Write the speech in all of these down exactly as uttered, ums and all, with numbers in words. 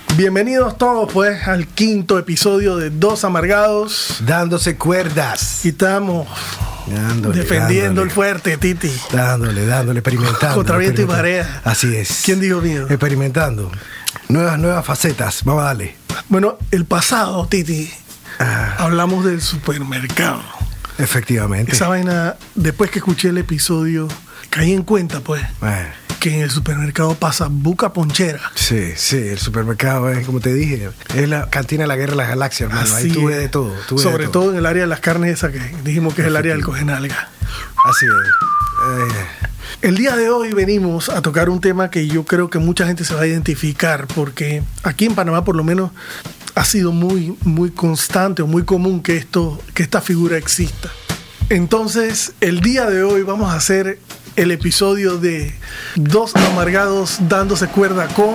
Bienvenidos todos pues al quinto episodio de Dos Amargados. Dándose cuerdas. Y estamos dándole, defendiendo dándole, el fuerte, Titi. Dándole, dándole, experimentando. Contra viento y marea. Así es. ¿Quién dijo miedo? Experimentando. Nuevas, nuevas facetas. Vamos a darle. Bueno, el pasado, Titi, ah. hablamos del supermercado. Efectivamente. Esa vaina, después que escuché el episodio, caí en cuenta, pues, ah. que en el supermercado pasa buca ponchera. Sí, sí, el supermercado es, como te dije, es la cantina de la guerra de las galaxias, hermano. Así Ahí tuve de todo. Tuve Sobre de todo. todo en el área de las carnes, esa que dijimos que es el área del cogenalga. Así es. Eh. El día de hoy venimos a tocar un tema que yo creo que mucha gente se va a identificar, porque aquí en Panamá, por lo menos, ha sido muy, muy constante o muy común que esto, que esta figura exista. Entonces, el día de hoy vamos a hacer el episodio de Dos Amargados dándose cuerda con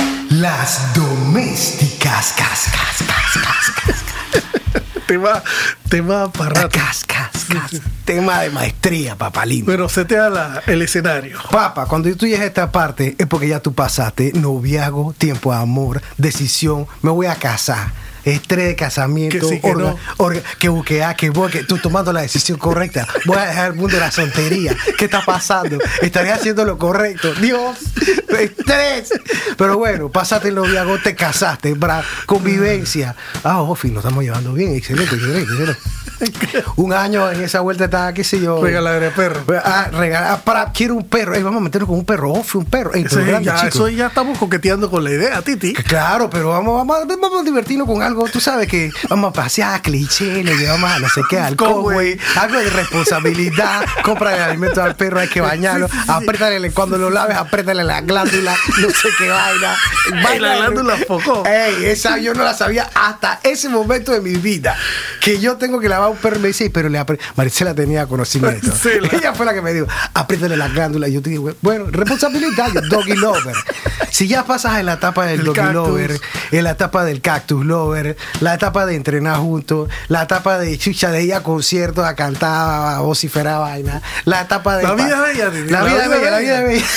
las domésticas. Cas, cas, cas, cas, cas. Tema, tema para rato. Cas, cas, cas. Tema de maestría, papalín. Pero setea la, el escenario. Papá, cuando tú llegas a esta parte es porque ya tú pasaste noviazgo, tiempo de amor, decisión, me voy a casar. Estrés de casamiento, que, sí, que, orga, no. orga, que buquea, que que tú tomando la decisión correcta. Voy a dejar el mundo de la soltería. ¿Qué está pasando? Estaré haciendo lo correcto. Dios, estrés. Pero bueno, pasaste el noviazgo, te casaste, bra, convivencia. Ah, Ofi, nos estamos llevando bien. Excelente, excelente, excelente. Un año en esa vuelta estaba, qué sé yo. Regalar de perro. Ah, regalar, para, quiero un perro. Ey, vamos a meterlo con un perro, Ofi, un perro. Ey, eso, grande, ya, eso ya estamos coqueteando con la idea, Titi. Claro, pero vamos, vamos, vamos a divertirnos con algo. Tú sabes que vamos a pasear, cliché, le llevamos a no sé qué, al Conway, algo de responsabilidad. Compra el alimento al perro, hay que bañarlo. Sí, sí, sí. Apriétale, cuando lo laves, apriétale la glándula, no sé qué vaina. Ey, la glándula focó. Ey, esa yo no la sabía hasta ese momento de mi vida. Que yo tengo que lavar un perro. Me dice, pero le apre... Maricela tenía conocimiento. Sí, la... Ella fue la que me dijo, apriétale la glándula. Y yo te digo, bueno, responsabilidad, yo, doggy lover. Si ya pasas en la etapa del el doggy cactus. lover, en la etapa del cactus lover, la etapa de entrenar juntos, la etapa de chucha de ir a conciertos, a cantar, a vociferar vaina, la etapa de... La vida pa... bella, la, la vida bella, la vida bella.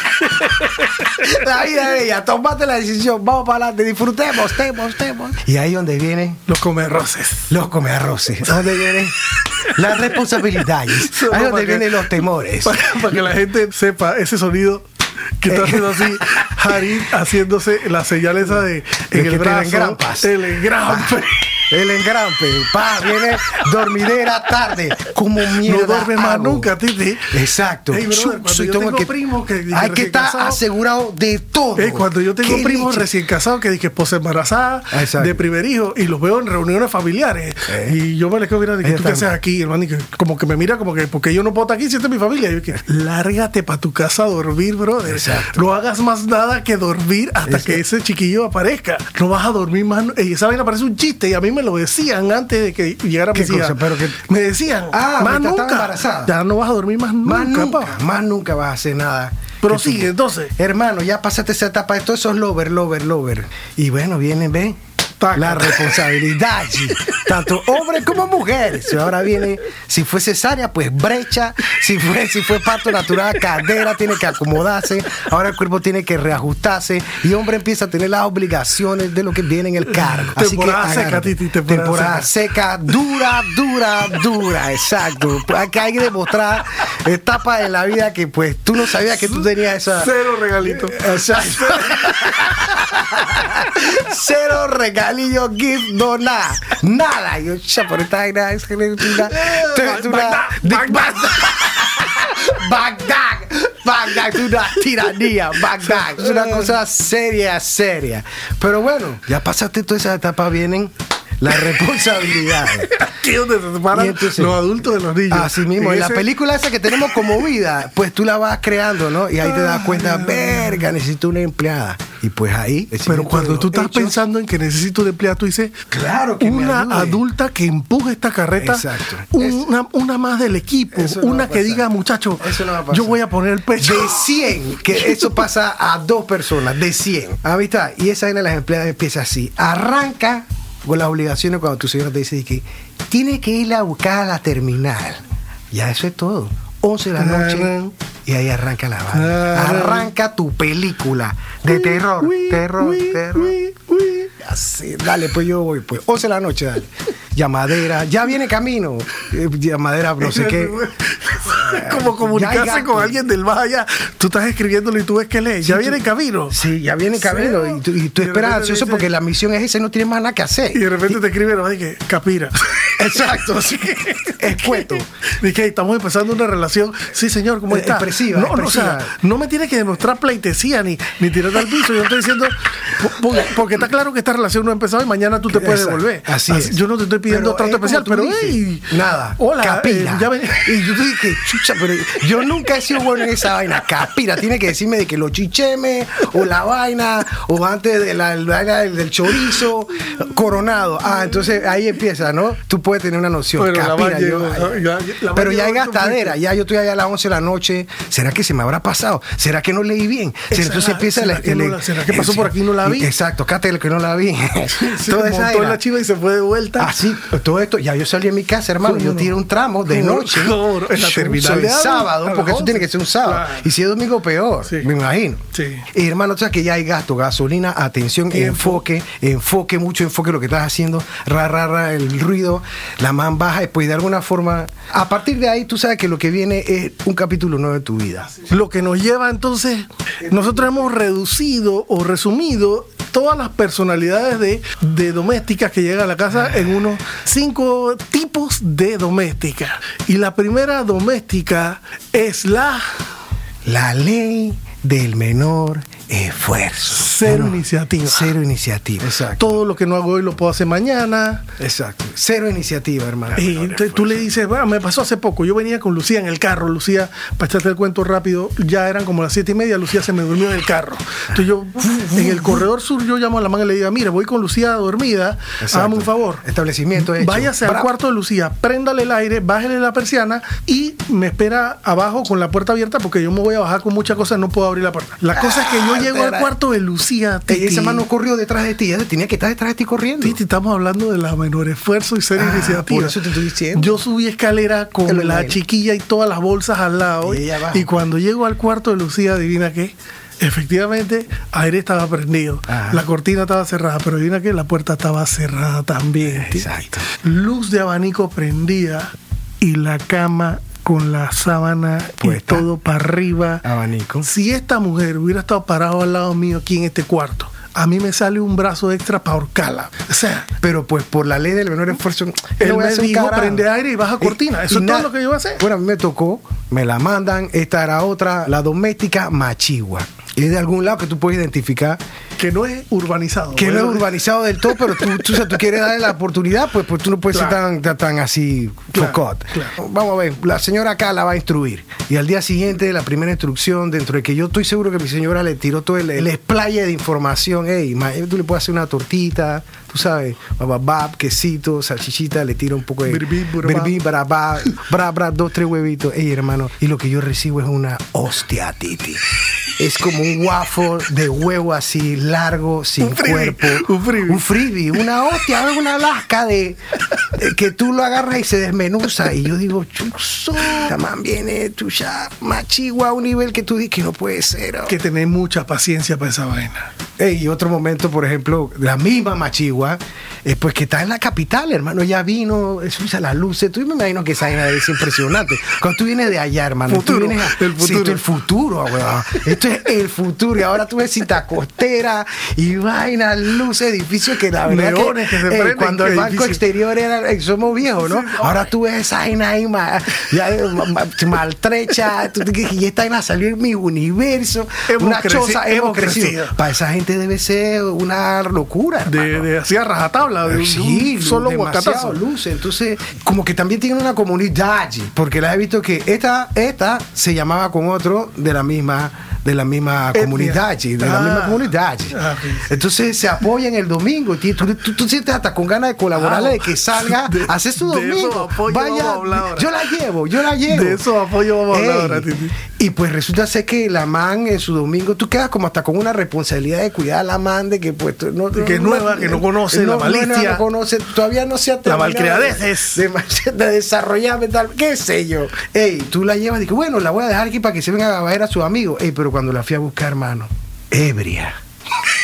La vida bella, tomate la decisión, vamos para adelante, disfrutemos, temos, temos. Y ahí donde vienen los comerroces. Los comerroces. ¿Dónde vienen las responsabilidades? So, ahí donde vienen que, los temores. Para, para que la gente sepa ese sonido que está haciendo así, Harid haciéndose la señal esa de en el brazo, el engrampe. Ah. El engrampe, pa, viene dormidera tarde, como mierda. No duerme más hago. nunca, Titi. Exacto. Hey, brother, cuando yo tengo que, primos que, que hay que estar casado, asegurado de todo. Hey, cuando yo tengo primos leche? recién casados que dije esposa embarazada, Exacto. de primer hijo, y los veo en reuniones familiares, eh. y yo me les quedo mirando, ¿qué tú qué haces aquí, hermano? Y que, como que me mira como que, porque yo no puedo estar aquí si esta es mi familia. Y yo que, lárgate para tu casa a dormir, brother. Exacto. No hagas más nada que dormir hasta Exacto. que ese chiquillo aparezca. No vas a dormir más. Y esa vaina parece un chiste, y a mí me lo decían antes de que llegara mi hija. Que... Me decían, ah, más nunca. Embarazada. Ya no vas a dormir más nunca. Más nunca, pa. más nunca vas a hacer nada. Pero sigue, entonces. Hermano, ya pasaste esa etapa de todos esos lover, lover, lover. Y bueno, vienen, ven. Taca. La responsabilidad, tanto hombres como mujeres. Ahora viene, si fue cesárea, pues brecha. Si fue, si fue parto natural, cadera, tiene que acomodarse. Ahora el cuerpo tiene que reajustarse. Y hombre empieza a tener las obligaciones de lo que viene en el cargo. Así temporada que, seca, Titi, temporada, temporada seca. seca. Dura, dura, dura. Exacto. Hay que, hay que demostrar etapas en la vida que pues tú no sabías que tú tenías esa... Cero regalito. Exacto. Cero regalito. Gift, no nada, nada. Yo, ya, por esta vaina es una. Bagdad, Bagdad, es una tiranía, Bagdad, es una cosa seria, seria. Pero bueno, ya pasaste toda esa etapa, vienen las responsabilidades. Aquí donde se separan entonces, los adultos de los niños. Así mismo, en ese... la película esa que tenemos como vida, pues tú la vas creando, ¿no? Y ahí te das cuenta, verga, necesito una empleada. Y pues ahí... Pero cuando tú estás hechos, pensando en que necesito una empleada, tú dices, claro que una adulta que empuje esta carreta, exacto. Una, una más del equipo, eso una no que diga, muchacho, no yo voy a poner el pecho. De cien, que eso pasa a dos personas, de cien. Ah, ¿viste? Y esa vaina de las empleadas empieza así. Arranca con las obligaciones cuando tu señora te dice que tiene que ir a buscar a la terminal. Ya eso es todo. once de la noche y ahí arranca la banda. Arranca tu película de terror, terror, terror. hacer? Dale, pues yo voy, pues. once de la noche, dale. Llamadera, ya viene camino. Eh, llamadera, no sé qué. Como comunicarse con alguien del más allá. Tú estás escribiéndolo y tú ves que lees. Ya Sí, viene en tú- camino. Sí, ya viene camino. Y tú, y tú Y de esperas repente ansioso dice- porque la misión es esa y no tienes más nada que hacer. Y de repente te escriben, ¿no? que Capira. Exacto, así es cueto. Dije, estamos empezando una relación. Sí, señor, ¿cómo Eh, está? expresiva, no, no, o expresiva. sea, no me tienes que demostrar pleitesía ni, ni tirarte al piso. Yo estoy diciendo, porque, porque está claro que esta relación no ha empezado y mañana tú te puedes Exacto, devolver. así es. Yo no te estoy pidiendo Pero trato es como especial, tú pero dices, hey, nada, hola, Capira. eh, ya ven- Y yo te dije, chucha, pero yo nunca he sido bueno en esa vaina. Capira, tiene que decirme de que los chichemes o la vaina o antes de la, la vaina del, del chorizo coronado. Ah, entonces ahí empieza, ¿no? Tú puedes tener una noción. Pero la Capira, van yo- llegó, ¿no? Ya- ya- la van pero ya hay llegó, tú gastadera, fuiste. ya yo estoy allá a las once de la noche. ¿Será que se me habrá pasado? ¿Será que no leí bien? Esa Entonces la- empieza ¿será el- que el- no la- será que pasó por aquí y no la vi? Exacto, cállate que no la vi. Se Toda esa montó en vaina. la chiva y se fue de vuelta. Así, todo esto, ya yo salí de mi casa, hermano, ¿Cómo yo no? tiré un tramo de ¿Cómo- noche. cómo no? En la Yo terminal soy de Ávila, sábado, a porque las eso tiene que once. ser un sábado. Claro. Y si es domingo, peor, Sí. me imagino. Sí. Y hermano, o sea que ya hay gasto, gasolina, atención, Tiempo. enfoque, enfoque, mucho enfoque en lo que estás haciendo, ra, ra, ra, el ruido, la man baja, y pues de alguna forma, a partir de ahí tú sabes que lo que viene es un capítulo nuevo de tu vida. Lo que nos lleva entonces, nosotros hemos reducido o resumido todas las personalidades de, de domésticas que llegan a la casa en unos cinco tipos de domésticas. Y la primera doméstica es la La ley del menor esfuerzo. cero Bueno, iniciativa. Cero iniciativa, exacto. Todo lo que no hago hoy lo puedo hacer mañana. Exacto. Cero iniciativa, hermano. Y entonces tú le dices, bueno, me pasó hace poco, yo venía con Lucía en el carro, Lucía, para echarte el cuento rápido, ya eran como las siete y media, Lucía se me durmió en el carro. Entonces yo, en el corredor sur, yo llamo a la manga y le digo, mira, voy con Lucía dormida, Exacto. hágame un favor. Establecimiento hecho. Váyase al Bravo. cuarto de Lucía, préndale el aire, bájele la persiana y me espera abajo con la puerta abierta porque yo me voy a bajar con muchas cosas, no puedo abrir la puerta. La cosa es que yo Ah, llego al espera. cuarto de Lucía, Ey, Titi. ese man no corrió detrás de ti, ¿eh? Tenía que estar detrás de ti corriendo. Titi, estamos hablando de la menor esfuerzo y cero Ah, iniciativa. por eso te estoy diciendo. Yo subí escalera Te lo con la imagino. chiquilla y todas las bolsas al lado. Y ella abajo. Y cuando llego al cuarto de Lucía, adivina qué. Efectivamente, aire estaba prendido, Ajá. la cortina estaba cerrada, pero adivina qué, la puerta estaba cerrada también. Titi. Exacto. Luz de abanico prendida y la cama con la sábana y Puesta. todo para arriba. Abanico. Si esta mujer hubiera estado parado al lado mío aquí en este cuarto, a mí me sale un brazo extra para ahorcarla. O sea, Pero pues por la ley del menor esfuerzo, él él no voy a me hacer un dijo, carajo. prende aire y baja cortina. Eso es todo na- lo que yo voy a hacer. Bueno, a mí me tocó, me la mandan, esta era otra, la doméstica machigua. Y es de algún lado que tú puedes identificar Que no es urbanizado. que no es Bueno, urbanizado del todo, pero tú, tú, o sea, tú quieres darle la oportunidad, pues, pues tú no puedes Claro. ser tan, tan, tan así Claro, focot. claro. Vamos a ver, la señora acá la va a instruir. Y al día siguiente, la primera instrucción, dentro de que yo estoy seguro que mi señora le tiró todo el, el explaye de información. Hey, ma, tú le puedes hacer una tortita, tú sabes, bababab, quesito, salchichita, le tira un poco de Birbí, burabá. birbí, barabá, bra, bra, dos, tres huevitos. Ey, hermano, y lo que yo recibo es una hostia, Titi. Es como un waffle de huevo así largo, sin Un freebie, cuerpo. un freebie. Un freebie, una hostia, una lasca de, de que tú lo agarras y se desmenuza. Y yo digo, chuzo, esta man viene tuya, machigua a un nivel que tú dices que no puede ser. ¿no? que tener mucha paciencia para esa vaina. Ey, y otro momento, por ejemplo, la misma machigua, eh, pues que está en la capital, hermano, ya vino, eso usa las luces. Tú me imagino que esa vaina es impresionante. Cuando tú vienes de allá, hermano, Futuro, tú vienes a, el Sí, futuro. esto es el futuro, weón. Esto es el futuro. Y ahora tú ves cinta costera y vainas, luces, edificios que la verdad Neones que se ey, prenden, cuando el qué banco difícil. exterior era, eh, somos viejos, ¿no? Sí, Ahora tú ves esa vaina ahí ma- ya, eh, ma- ma- maltrecha, tú- y esta vaina salió en mi universo, Hemos una creci- choza, hemos hemos crecido. crecido. Para esa gente debe ser una locura, De, hermano. de así a rajatabla, de un, Sí, un solo demasiado guacatazo. luces. Entonces, como que también tienen una comunidad, porque la he visto que esta, esta se llamaba con otro de la misma, de la misma Etnia. comunidad, de la Ah. misma comunidad. Ah, ok. Entonces se apoyan el domingo. Tú, tú, tú, tú sientes hasta con ganas de colaborarle, Ah, de que salga, de- hacer su de esos domingo. apoyos vamos Vaya, a hablar ahora. yo la llevo, yo la llevo. De esos apoyos vamos a hablar Ey, ahora, Titi. Y pues resulta ser que la man en su domingo, tú quedas como hasta con una responsabilidad de cuidar a la man, de que pues tú no, Que es nueva, que no conoce la malicia. No conoce, todavía no se ha terminado malcriadez. de, de, de desarrollar mental, qué sé yo. Ey, tú la llevas y dices, bueno, la voy a dejar aquí para que se venga a ver a sus amigos. Ey, pero cuando la fui a buscar, hermano, ebria.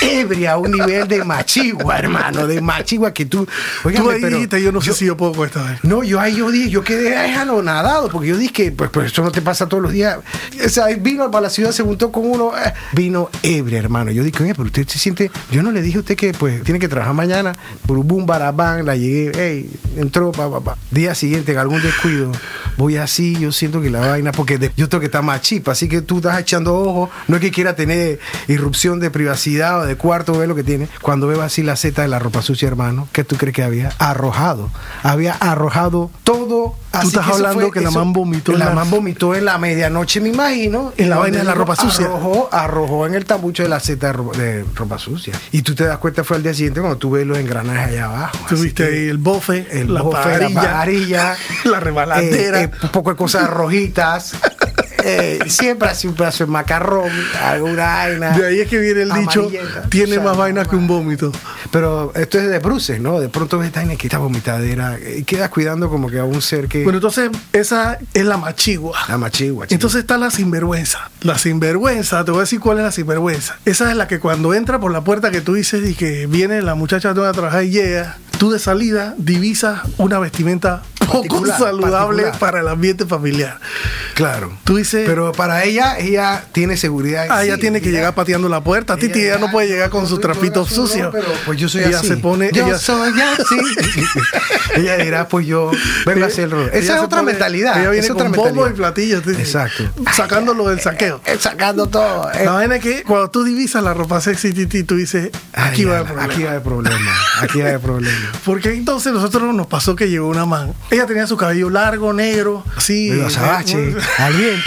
ebria a un nivel de machigua, hermano, de machigua que tú... Óigame, tú ahí pero dijiste, yo no sé yo, si yo puedo con esta vez. No, yo ahí yo dije, yo quedé anonadado, porque yo dije que pues, pues eso no te pasa todos los días. O sea, vino para la ciudad, se juntó con uno, eh, vino ebria, hermano. Yo dije, oye, pero usted se siente... Yo no le dije a usted que pues tiene que trabajar mañana, por un boom, barabán, la llegué, hey, entró, pa, pa, pa. Día siguiente, en algún descuido, voy así, yo siento que la vaina, porque de, yo tengo que estar más chip, así que tú estás echando ojo, no es que quiera tener irrupción de privacidad o de cuarto, ve lo que tiene. Cuando veo así la seta de la ropa sucia, hermano, ¿qué tú crees que había? Arrojado. Había arrojado todo. Tú estás hablando fue, que la man vomitó. La man vomitó en la medianoche, me imagino. En la vaina de la ropa sucia. Arrojó, arrojó en el tambucho de la seta de ropa, de ropa sucia. Y tú te das cuenta, fue al día siguiente cuando tú ves los engranajes allá abajo. Tuviste ahí el bofe, el la bofe, parilla, la parilla, la rebaladera. Eh, eh, un poco de cosas rojitas. Eh, siempre hace un pedazo de macarrón, alguna vaina. De ahí es que viene el dicho, tiene o sea, más vainas que un vómito. Pero esto es de bruces, ¿no? De pronto ves vaina que está vomitadera y quedas cuidando como que a un ser que... Bueno, entonces esa es la machigua. La machigua. Chico. Entonces está la sinvergüenza. La sinvergüenza, te voy a decir cuál es la sinvergüenza. Esa es la que cuando entra por la puerta que tú dices y que viene la muchacha nueva a trabajar y llega, tú de salida divisas una vestimenta poco saludable particular. Para el ambiente familiar. Claro. Tú dices... Pero para ella, ella tiene seguridad. Ah, ella sí, tiene que ella, llegar pateando la puerta. Titi, ella, ella no puede llegar con sus trapitos sucios. Pero pues yo soy ella así. Se pone, yo ella soy así. Ella dirá, pues yo vengo a hacer el rol. Esa es otra pone, mentalidad. Ella viene es con bombos y platillos. Titi, exacto. Sacándolo del saqueo. Eh, eh, sacando todo. Eh. La vaina es que cuando tú divisas la ropa sexy, Titi, tú dices, aquí Ay, va el problema. Aquí va el problema. Aquí va el problema. Porque entonces nosotros nos pasó que llegó una man. Ella tenía su cabello largo, negro, así. Pero azabache, eh, al viento.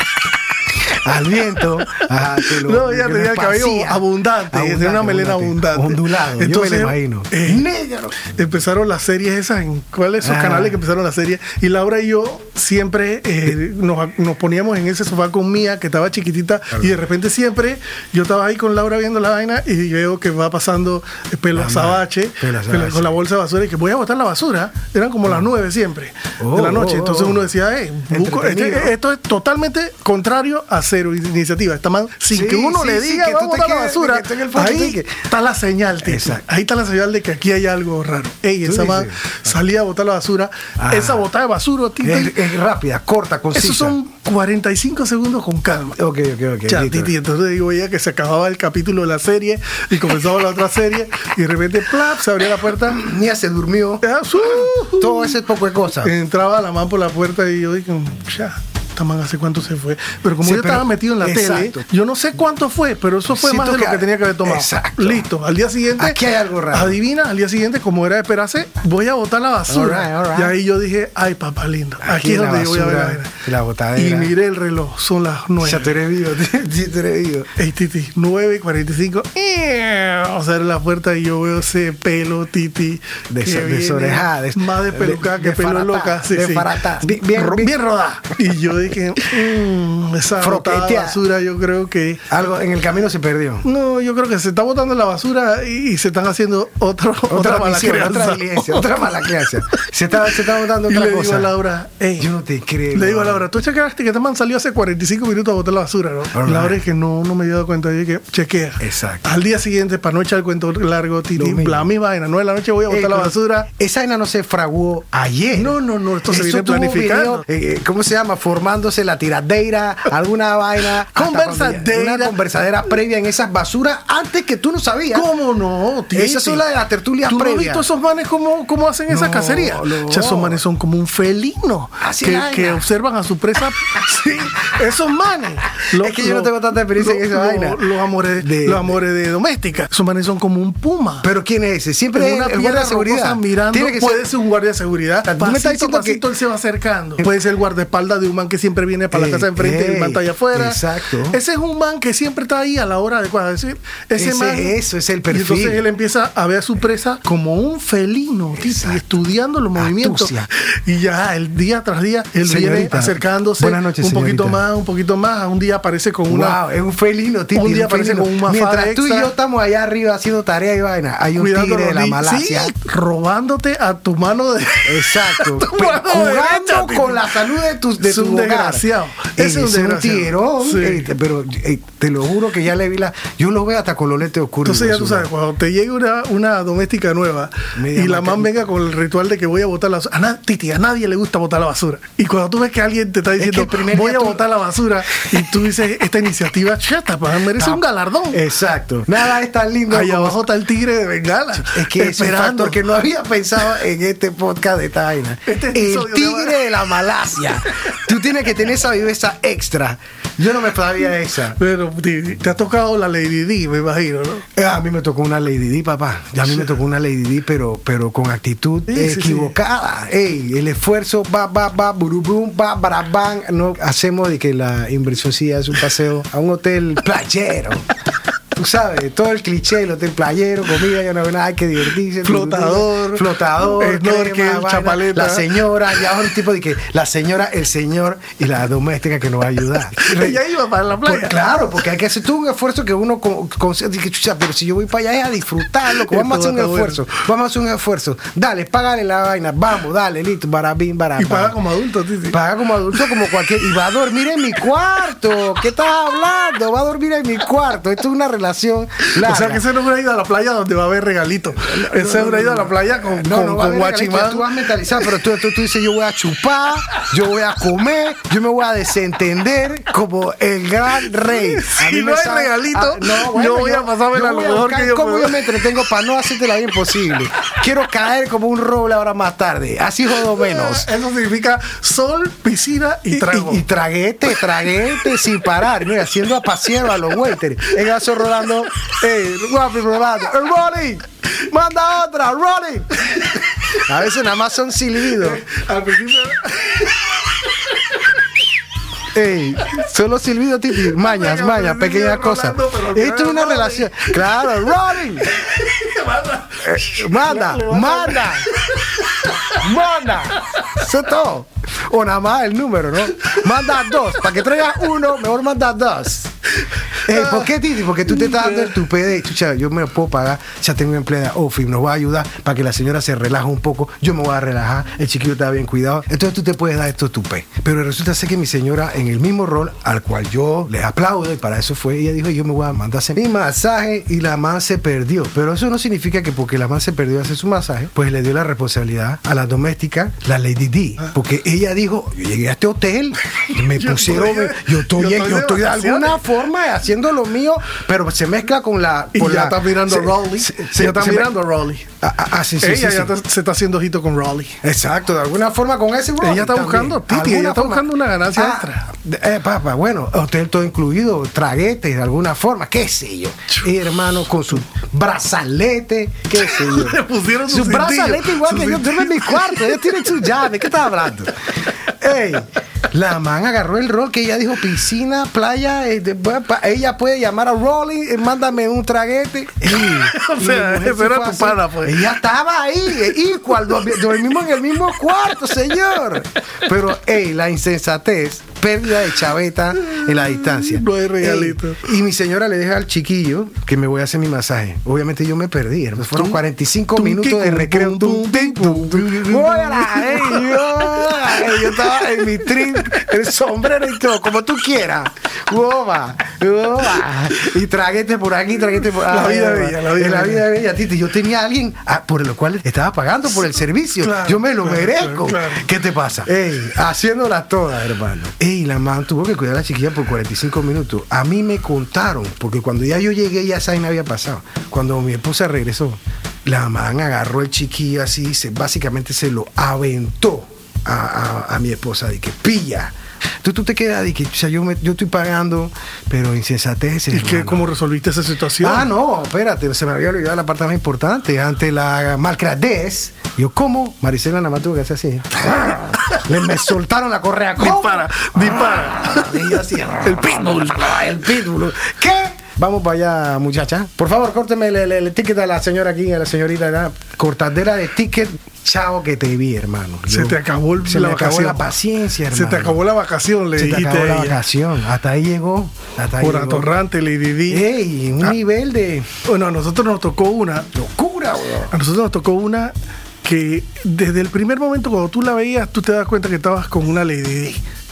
Al viento. Ajá, lo, no, ella tenía el cabello abundante, abundante tenía una melena abundante. Ondulado, entonces, yo me lo imagino. Eh, negro. Empezaron las series esas, en cuáles esos ah. canales que empezaron las series. Y Laura y yo siempre eh, nos, nos poníamos en ese sofá con Mía, que estaba chiquitita, claro. Y de repente siempre yo estaba ahí con Laura viendo la vaina y veo que va pasando pelo azabache, con la bolsa de basura y que voy a botar la basura. Eran como oh. las nueve siempre oh, de la noche. Entonces oh, oh. uno decía, hey, busco, este, esto es totalmente contrario a cero iniciativa. Está mal. Sin sí, que uno sí, le diga, sí, vamos a botar la basura. Que que ahí que... está la señal, tío. Ahí está la señal de que aquí hay algo raro. Ey, esa sí, man sí. salía a botar la basura. Ah. Esa botada de basura, tío. Es, es rápida, corta, concisa. Esos son cuarenta y cinco segundos con calma. Ok, ok, ok. Ya, titi, entonces digo ya que se acababa el capítulo de la serie y comenzaba la otra serie y de repente, plap, se abría la puerta. Mía se durmió. Uh, Todo ese poco de cosas. Entraba la man por la puerta y yo dije, ya. Esta man hace cuánto se fue. Pero como sí, yo pero, estaba metido en la exacto. tele, yo no sé cuánto fue, pero eso fue Siento más de que, lo que tenía que haber tomado. Exacto. Listo. Al día siguiente. Aquí hay algo raro. Adivina, al día siguiente, como era de esperarse, voy a botar la basura. All right, all right. Y ahí yo dije, ay, papá lindo. Aquí, aquí es donde yo voy a ver la vaina. La botadera. Y miré el reloj, son las nueve. Ya te he vivo, te he vivo. Ey, Titi, nueve y cuarenta y cinco. O sea, en la puerta y yo veo ese pelo, Titi. Desorejada. Más de peluca que pelo loca. Sí, sí. Bien, bien, bien rodada. Y yo dije, mmm, esa botada de basura, yo creo que. Algo en el camino se perdió. No, yo creo que se está botando la basura y, y se están haciendo otro, otra, otra mala crianza. Otra diligencia, otra mala crianza. Se está, se está botando otra y le cosa. Digo a Laura, hey, yo no te creo. Le digo a Laura, tú chequeaste que este man salió hace cuarenta y cinco minutos a botar la basura, ¿no? Right. Laura es que no, no me había dado cuenta. Yo dije, chequea. Exacto. Al día siguiente, para no echar el cuento largo, Titi, la misma vaina, nueve de la noche voy a botar hey, la basura. Esa vaina no se fraguó ayer. No, no, no, esto se viene planificando. Eh, ¿Cómo se llama? Formándose la tiradeira, alguna vaina. Conversadera. Una conversadera previa en esas basuras antes que tú no sabías. ¿Cómo no, tío? Esas son las de las tertulias previas. ¿Tú no has visto esos manes cómo, cómo hacen esa no, cacería? No. O sea, esos manes son como un felino Así que, que observan a su presa. Sí, esos manes. Lo, es que yo lo, no tengo tanta experiencia lo, en esa lo, vaina. Los amores de, los amores de doméstica. Esos manes son como un puma. ¿Pero quién es ese? Siempre es el guardia de seguridad. Mirando, Tiene que puede ser... ser un guardia de seguridad. Tú me estás diciendo que él se va acercando. Puede ser el guardaespaldas de un man que siempre viene para ey, la casa de enfrente ey, y el man está allá afuera. Exacto. Ese es un man que siempre está ahí a la hora adecuada. Ese, ese, ese man. Eso es el perfil. Y entonces él empieza a ver a su presa como un felino, tío, estudiando los movimientos. Astucia. Y ya el día tras día él señorita, viene acercándose noches, un poquito señorita. más, un poquito más. Un día aparece con una. Wow, es un felino, tío. Un día aparece felino. con un mafá Mientras extra. tú y yo estamos allá arriba haciendo tarea y vaina, hay un Cuidando tigre de la Malasia. Sí, robándote a tu mano de. Exacto. tu mano jugando derecha, con la salud de tus de tu hogar. desgraciado. Ese es un tiguerón. Sí. Eh, pero eh, te lo juro que ya le vi la. Yo lo veo hasta con los lentes oscuros. Entonces ya tú sabes, cuando te llegue una, una doméstica nueva Media y la man venga con el ritual de que voy a botar la basura. A na, Titi, a nadie le gusta botar la basura. Y cuando tú ves que alguien te está diciendo, voy a tú... botar la basura, y tú dices, esta iniciativa, chata, merece no. un galardón. Exacto. Nada es tan lindo. Ahí como... abajo está el tigre de Bengala. Es que es un factor que no había pensado en este podcast de esta vaina. Este el tigre de, de la Malasia. Tú tienes que tener esa viveza extra. Yo no me sabía esa. Pero te ha tocado la Lady D, me imagino, ¿no? A mí me tocó una Lady D, papá. A mí sí. me tocó una Lady D, pero, pero con actitud sí, equivocada. Sí, sí. Ey, el esfuerzo va, va, va, burubum, va, barabán. No hacemos de que la inversión sí es un paseo a un hotel playero. Tú sabes, todo el cliché del hotel playero, comida, ya no hay nada, hay que divertirse. Flotador, flotador, snorkel, chapaleta. La señora, ya un tipo de que la señora, el señor y la doméstica que nos va a ayudar. Ella iba para la playa. Pues, claro, porque hay que hacer todo un esfuerzo que uno con, con, que, chucha, pero si yo voy para allá es a disfrutarlo, vamos a hacer un esfuerzo, bueno. vamos a hacer un esfuerzo. Dale, págale la vaina, vamos, dale, listo, barabín, barabín. Y paga como adulto, Titi. Paga como adulto, como cualquier. Y va a dormir en mi cuarto. ¿Qué estás hablando? Va a dormir en mi cuarto. Esto es una relación. Larga. O sea que ese no es una ida a la playa donde va a haber regalitos. No, ese no, es una ida no, no. a la playa con, no, con, no con guachimán. Tú vas a mentalizar, pero tú, tú, tú dices yo voy a chupar, yo voy a comer, yo me voy a desentender como el gran rey. A mí si no hay sabe, regalito, a, no, bueno, yo voy yo, a pasarme a lo mejor que yo ¿Cómo puedo? Yo me entretengo para no hacerte la vida imposible? Quiero caer como un roble ahora más tarde. Así jodo menos. Eso significa sol, piscina y trago. Y, y, y traguete, traguete sin parar. Mira, haciendo a pasear a los waiters. El gaso rodando. Hey, guapi, probando. ¡El Rolly! ¡Manda otra! ¡Rolly! A veces nada más son silbidos. Al principio. Ey, solo silbido, Titi. Mañas, mañas, pequeñas cosas. Esto es una relación. Claro, Rolly. Eh, manda, manda. Manda. Eso es todo. O nada más el número, ¿no? Manda dos. Para que traigas uno, mejor manda dos. Eh, ¿Por qué, Titi? Porque tú te estás dando el tupé de, chucha, yo me lo puedo pagar, ya tengo empleada, Ofi, nos va a ayudar para que la señora se relaje un poco, yo me voy a relajar, el chiquillo está bien cuidado, entonces tú te puedes dar estos tupé. Pero resulta ser que mi señora, en el mismo rol al cual yo le aplaudo, y para eso fue, ella dijo, yo me voy a mandar hacer mi masaje, y la man se perdió. Pero eso no significa que porque la man se perdió a hacer su masaje, pues le dio la responsabilidad a la doméstica, la Lady D, porque ella dijo, yo llegué a este hotel, me yo pusieron, estoy, yo estoy, yo estoy, yo estoy de alguna forma haciendo lo mío, pero se mezcla con la. Y con ya la, está mirando a Rolly. Se, se, ya está se mirando a Rolly. Ah, ah, sí, sí, ella sí, ya sí. Te, se está haciendo ojito con Rolly. Exacto, de alguna forma con ese Rolly. Ella está también. buscando, Titi, ella está forma? buscando una ganancia ah, extra. Eh, papá, bueno, hotel todo incluido, traguetes de alguna forma, qué sé yo. Y hermano, con su brazalete, qué sé yo. Le pusieron su, su brazalete igual su que yo duermo en mi cuarto. Ella tiene su llave. ¿Qué estás hablando? Ey, la man agarró el rol que ella dijo piscina, playa, eh, de, ella puede llamar a Rolly, eh, mándame un traguete. Y, o sea, eso era tu pana, pues. Ella estaba ahí, igual, dormimos en el mismo cuarto, señor. Pero, ey, la insensatez, pérdida de chaveta en la distancia. No hay regalito. Ey, y mi señora le deja al chiquillo que me voy a hacer mi masaje. Obviamente yo me perdí. Fueron cuarenta y cinco minutos de recreo. Yo estaba en mi trip, el sombrero y todo, como tú quieras. Uoba, uoba. Y traguete por aquí, traguete por allá. La vida bella, la vida bella. La vida bella, Titi. Yo tenía a alguien ah, por lo cual estaba pagando por el servicio. Claro, yo me lo claro, merezco. Claro, claro. ¿Qué te pasa? Ey, haciéndolas todas, hermano. Ey, la man tuvo que cuidar a la chiquilla por cuarenta y cinco minutos. A mí me contaron, porque cuando ya yo llegué, ya esa vaina había pasado. Cuando mi esposa regresó, la man agarró el chiquillo así, se, básicamente se lo aventó a, a, a mi esposa, de que pilla. Tú, tú te quedas de que, o sea, yo, me, yo estoy pagando, pero insensatez. ¿Y qué, cómo resolviste esa situación? Ah, no, espérate, se me había olvidado la parte más importante. Ante la malcriadez, yo, ¿cómo? Maricela nada más tuvo que hacer así. Le me soltaron la correa. ¿Cómo? Dispara, dispara. Y yo así, el pitbull. El pitbull. ¿Qué? Vamos para allá, muchacha. Por favor, córteme el, el, el ticket a la señora aquí, a la señorita. ¿verdad? Cortadera de ticket. Chao que te vi, hermano. Yo, se te acabó el, se la me vacación. acabó la paciencia, hermano. Se te acabó la vacación, le se dijiste. Se te acabó la ella. vacación. Hasta ahí llegó. Hasta ahí Por llegó. atorrante, Lady D. Ey, un ah. nivel de... Bueno, a nosotros nos tocó una... Locura, bro. A nosotros nos tocó una que desde el primer momento cuando tú la veías, tú te das cuenta que estabas con una Lady D.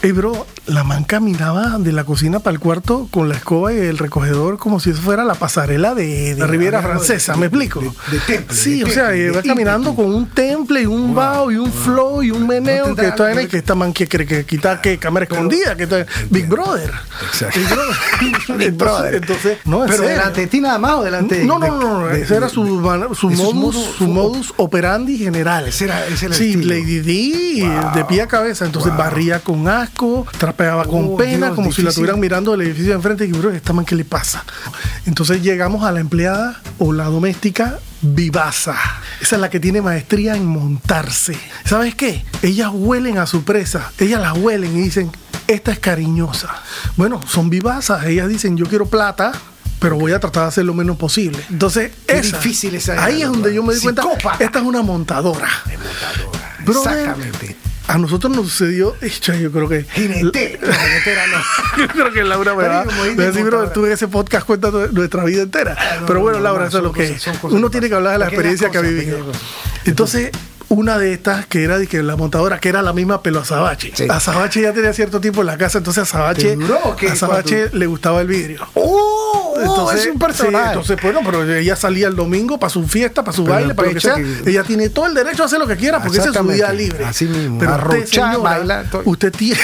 Ey, bro, la man caminaba de la cocina para el cuarto con la escoba y el recogedor como si eso fuera la pasarela de, de la Riviera Francesa, de, ¿me explico? De, de, de temple, sí, de o sea, temple, iba caminando de, con un temple y un wow. bao y un flow y un meneo no que está en el que esta man que cree que quita que cámara pero, escondida, que está Big Brother. Exacto. Big Brother. Big Brother. Entonces, no, pero delante de ti nada más o delante de No, no, no, no, ese era su, su, modus, modus, su modus operandi general. Ese era, ese era sí, el estilo. Lady D, wow. de pie a cabeza, entonces wow. barría con asco, trapeaba oh, con pena, Dios, como difícil. Si la estuvieran mirando del edificio de enfrente y bro, esta man, ¿qué le pasa? Entonces llegamos a la empleada o la doméstica vivaza. Esa es la que tiene maestría en montarse. ¿Sabes qué? Ellas huelen a su presa, ellas las huelen y dicen, esta es cariñosa. Bueno, son vivazas, ellas dicen, yo quiero plata, pero voy a tratar de hacer lo menos posible. Entonces, es difícil esa. Ahí es donde yo me di cuenta, Psicópata. Esta es una montadora. Es montadora. Brother, exactamente. A nosotros nos sucedió, yo creo que... Jinete, no, jinetera no. Yo creo que Laura me va a decir, bro, tú en ese podcast cuentas nuestra vida entera. Ah, no, pero bueno, no, Laura, no, eso es lo que es. Uno tiene que hablar de la experiencia que ha vivido. Entonces... Una de estas que era de que la montadora, que era la misma pero Azabache. Sí. Azabache ya tenía cierto tiempo en la casa, entonces Azabache, a Azabache le gustaba el vidrio. ¡Oh! Entonces, es un personaje. Sí, entonces, bueno, pero ella salía el domingo para su fiesta, para su pero baile, para lo que sea. Que... Ella tiene todo el derecho a hacer lo que quiera porque ese es su día libre. Así mismo. Pero usted, señora, baila, usted tiene,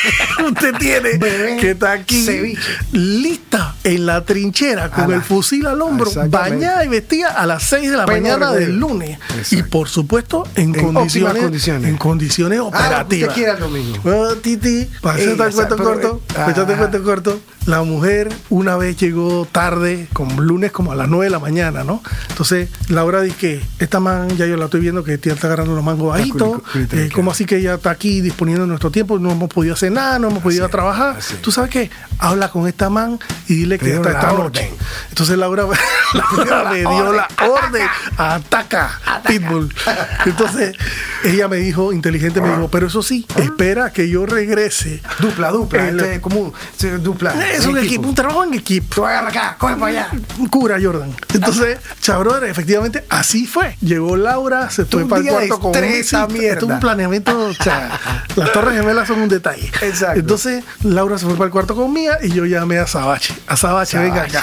usted tiene Bebé, que está aquí ceviche. Lista en la trinchera con la, el fusil al hombro, bañada y vestida a las seis de la Pero mañana del lunes. Exacto. Y por supuesto, en, en condiciones, condiciones en condiciones operativas. Ah, usted quiere lo mismo. Bueno, Titi, para hacerte el cuento corto, para hacerte el cuento corto, la mujer una vez llegó tarde, como lunes como a las nueve de la mañana, ¿no? Entonces, Laura dice que esta man, ya yo la estoy viendo que está agarrando los mangos bajitos, eh, como así que ella está aquí disponiendo de nuestro tiempo, no hemos podido hacer nada, no hemos podido así, trabajar. Así. ¿Tú sabes qué? Habla con esta man y dile que hasta esta noche. Entonces Laura, Laura me dio la orden, ataca, ataca. Pitbull. Entonces, ella me dijo, inteligente, me dijo, pero eso sí, espera que yo regrese. Dupla, dupla, el, este, como dupla. Es un equipo, un trabajo en equipo. Tú agarra acá, coge para allá. Cura, Jordan. Entonces, Chabro, efectivamente, así fue. Llegó Laura, se fue para el cuarto con esa mierda. Esto es un planeamiento, o sea, las Torres Gemelas son un detalle. Exacto. Entonces, Laura se fue para el cuarto con Mía y yo llamé a Azabache. Azabache, venga acá.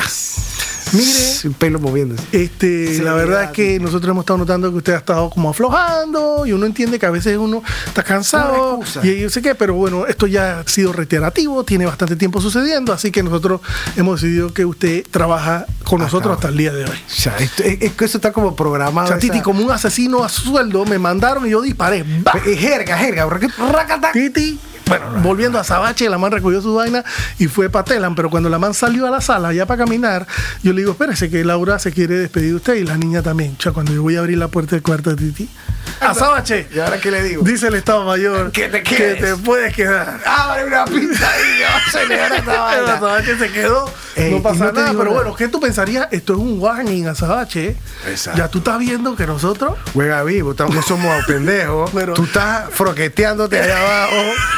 Mire, un pelo moviéndose. Este, sí, la verdad es que nosotros hemos estado notando que usted ha estado como aflojando y uno entiende que a veces uno está cansado y yo sé qué, pero bueno, esto ya ha sido reiterativo, tiene bastante tiempo sucediendo, así que nosotros hemos decidido que usted trabaja con nosotros hasta, hasta el día de hoy. O sea, esto, es que eso está como programado. O sea, Titi, como un asesino a sueldo, me mandaron y yo disparé. ¡Bah! Jerga, jerga, racata. Titi. Bueno, volviendo a Azabache, la man recogió su vaina y fue para Telan, pero cuando la man salió a la sala ya para caminar, yo le digo, espérese que Laura se quiere despedir de usted y la niña también. O sea, cuando yo voy a abrir la puerta del cuarto de Titi, Azabache, ¿y ahora qué le digo? Dice el Estado Mayor que te, que te puedes quedar. Abre una pinta ahí, yo se le da esta vaina. Azabache se quedó, Ey, no pasa no nada, pero nada. Bueno, ¿qué tú pensarías? Esto es un warning, Azabache. Exacto. Ya tú estás viendo que nosotros... Juega vivo, no somos pendejos, pero tú estás froqueteándote allá abajo.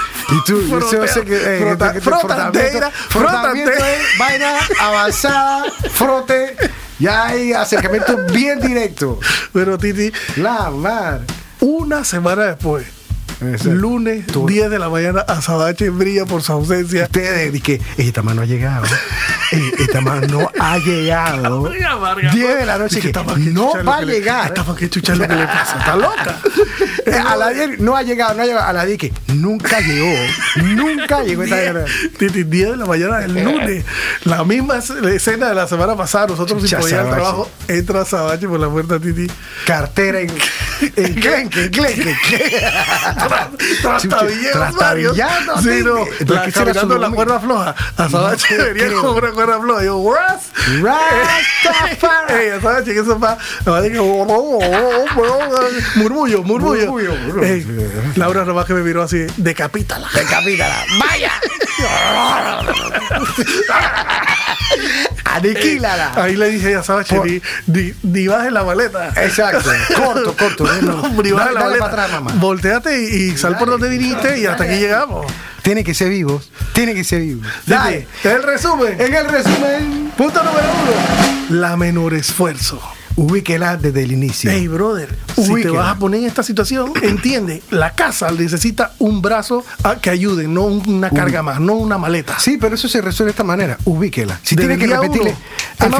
Y tú, yo sé que eh, frota, que frotamiento, frotamiento es vaina avanzada, frote, ya hay acercamiento bien directo. Pero Titi, la mar. Una semana después, Exacto. lunes, tú. diez de la mañana, Azabache brilla por su ausencia. Ustedes dicen que esta mano no ha llegado. Esta mano no ha llegado. diez de la noche que, que no va a llegar. Esta para que chuchar lo que le pasa. Está loca. A la diez no ha llegado, no ha llegado. A la diez que nunca llegó. Nunca llegó esta Titi, diez de la mañana del lunes. La misma escena de la semana pasada. Nosotros sin poder ir al trabajo. Entra Azabache por la puerta, Titi. Cartera en en clenque, en clenque. Trastabilleros varios. Sí, no. La, caminando en la cuerda floja. Azabache no venía con una cuerda floja. Yo, Ras. Rastafari. Ey, Azabache, que eso va. Murmullo, murmullo. Ey, Laura nomás que me miró así. Decapítala. Decapítala. Vaya. Aniquílala. Ahí le dije a Azabache, Por... ni, ni, ni bajes la maleta. Exacto. Corto, corto. No, ni bajes la maleta. Atrás, volteate y, y sal por donde viniste y hasta aquí llegamos. Tiene que ser vivos. Tiene que ser vivos. Dale. En el resumen. En el resumen. Punto número uno. La menor esfuerzo. ubíquela desde el inicio. Hey, brother, ubíquela. Si te vas a poner en esta situación, entiende, la casa necesita un brazo a, que ayude, no una carga más, no una maleta. Sí, pero eso se resuelve de esta manera, ubíquela. Si tienes que repetirle al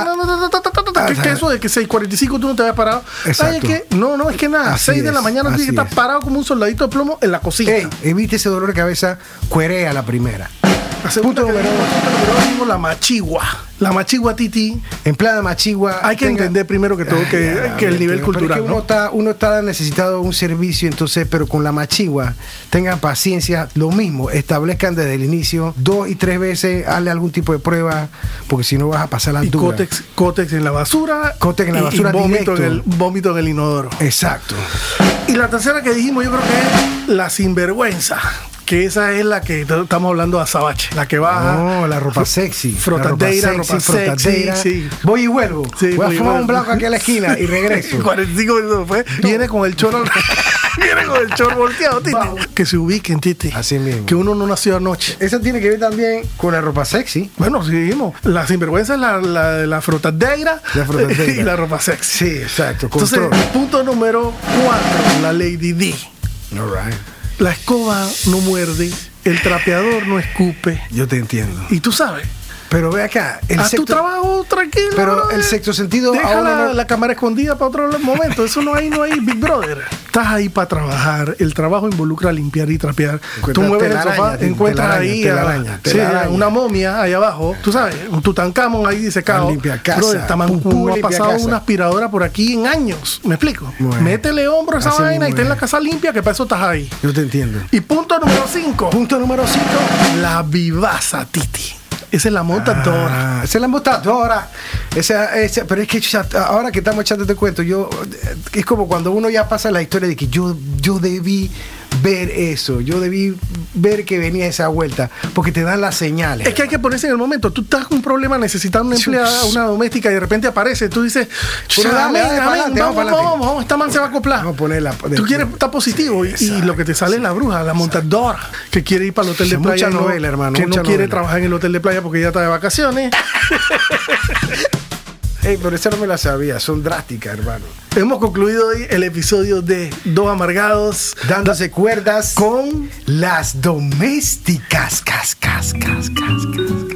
final... ¿Qué es eso de que seis cuarenta y cinco tú no te habías parado? Ay, es que, no, no, es que nada, seis de la mañana tú tienes que estar parado como un soldadito de plomo en la cocina. Hey, evite ese dolor de cabeza, cuerea la primera. La segunda punto número dos, la machigua. La machigua, Titi. En plan machigua. Hay que tenga... entender primero que todo ay, que, ya, que el nivel pero, cultural. Pero es que uno, ¿no? está, uno está necesitado de un servicio, entonces, pero con la machigua, tengan paciencia, lo mismo, establezcan desde el inicio, dos y tres veces, hazle algún tipo de prueba, porque si no vas a pasar la y altura. Cótex, cótex en la basura. Cótex en la basura. Y, y vómito, en el, vómito en el inodoro. Exacto. Y la tercera que dijimos, yo creo que es la sinvergüenza. Que esa es la que estamos hablando de azabache, la que baja. No, la ropa sexy. Frotadeira, ropa sexy. Ropa sexy sí. Voy y vuelvo. Sí, voy a fumar un blanco aquí a la esquina y regreso. cuarenta y cinco minutos después, no. Viene con el chorro. Viene con el chorro volteado, Titi. Vamos. Que se ubiquen, Titi. Así mismo. Que uno no nació anoche. Eso tiene que ver también con la ropa sexy. Bueno, seguimos. La sinvergüenza es la, la, la frotadeira la frotadeira y la ropa sexy. Sí, exacto. Entonces, control. Punto número cuatro, la Lady D. All right. La escoba no muerde, el trapeador no escupe. Yo te entiendo. Y tú sabes. Pero ve acá. El Haz sexto, tu trabajo tranquilo. Pero el sexto sentido. Deja la, no... la cámara escondida para otro momento. Eso no hay, no hay, Big Brother. Estás ahí para trabajar. El trabajo involucra limpiar y trapear. Tú mueves el sofá, encuentras ahí a, sí, una momia ahí abajo. Tú sabes, un Tutankamón ahí disecado. Limpia casa. Brother, Tamancuno no ha pasado casa. Una aspiradora por aquí en años. ¿Me explico? Bueno, métele hombro a esa vaina y ten la casa limpia, que para eso estás ahí. Yo te entiendo. Y punto número cinco. Punto número cinco. La vivaza, Titi. Esa es la montadora. Ah, esa es la montadora. Esa, esa, pero es que ahora que estamos echando este cuento, yo es como cuando uno ya pasa la historia de que yo, yo debí ver eso, yo debí ver que venía esa vuelta, porque te dan las señales. Es que hay que ponerse en el momento. Tú estás con un problema necesitando una empleada, una doméstica, y de repente aparece, tú dices, dale, dale, amén, vamos, vamos, vamos, vamos, esta man se va a acoplar. Vamos a ponerla. Tú quieres estar positivo y, y lo que te sale es la bruja, la montadora, que quiere ir para el hotel de playa, mucha novela, hermano, que no quiere novela. trabajar en el hotel de playa porque ya está de vacaciones. Hey, pero esa no me la sabía, son drásticas, hermano. Hemos concluido hoy el episodio de Dos Amargados, dándose cuerdas con las domésticas. Cas, cas, cas, cas, cas.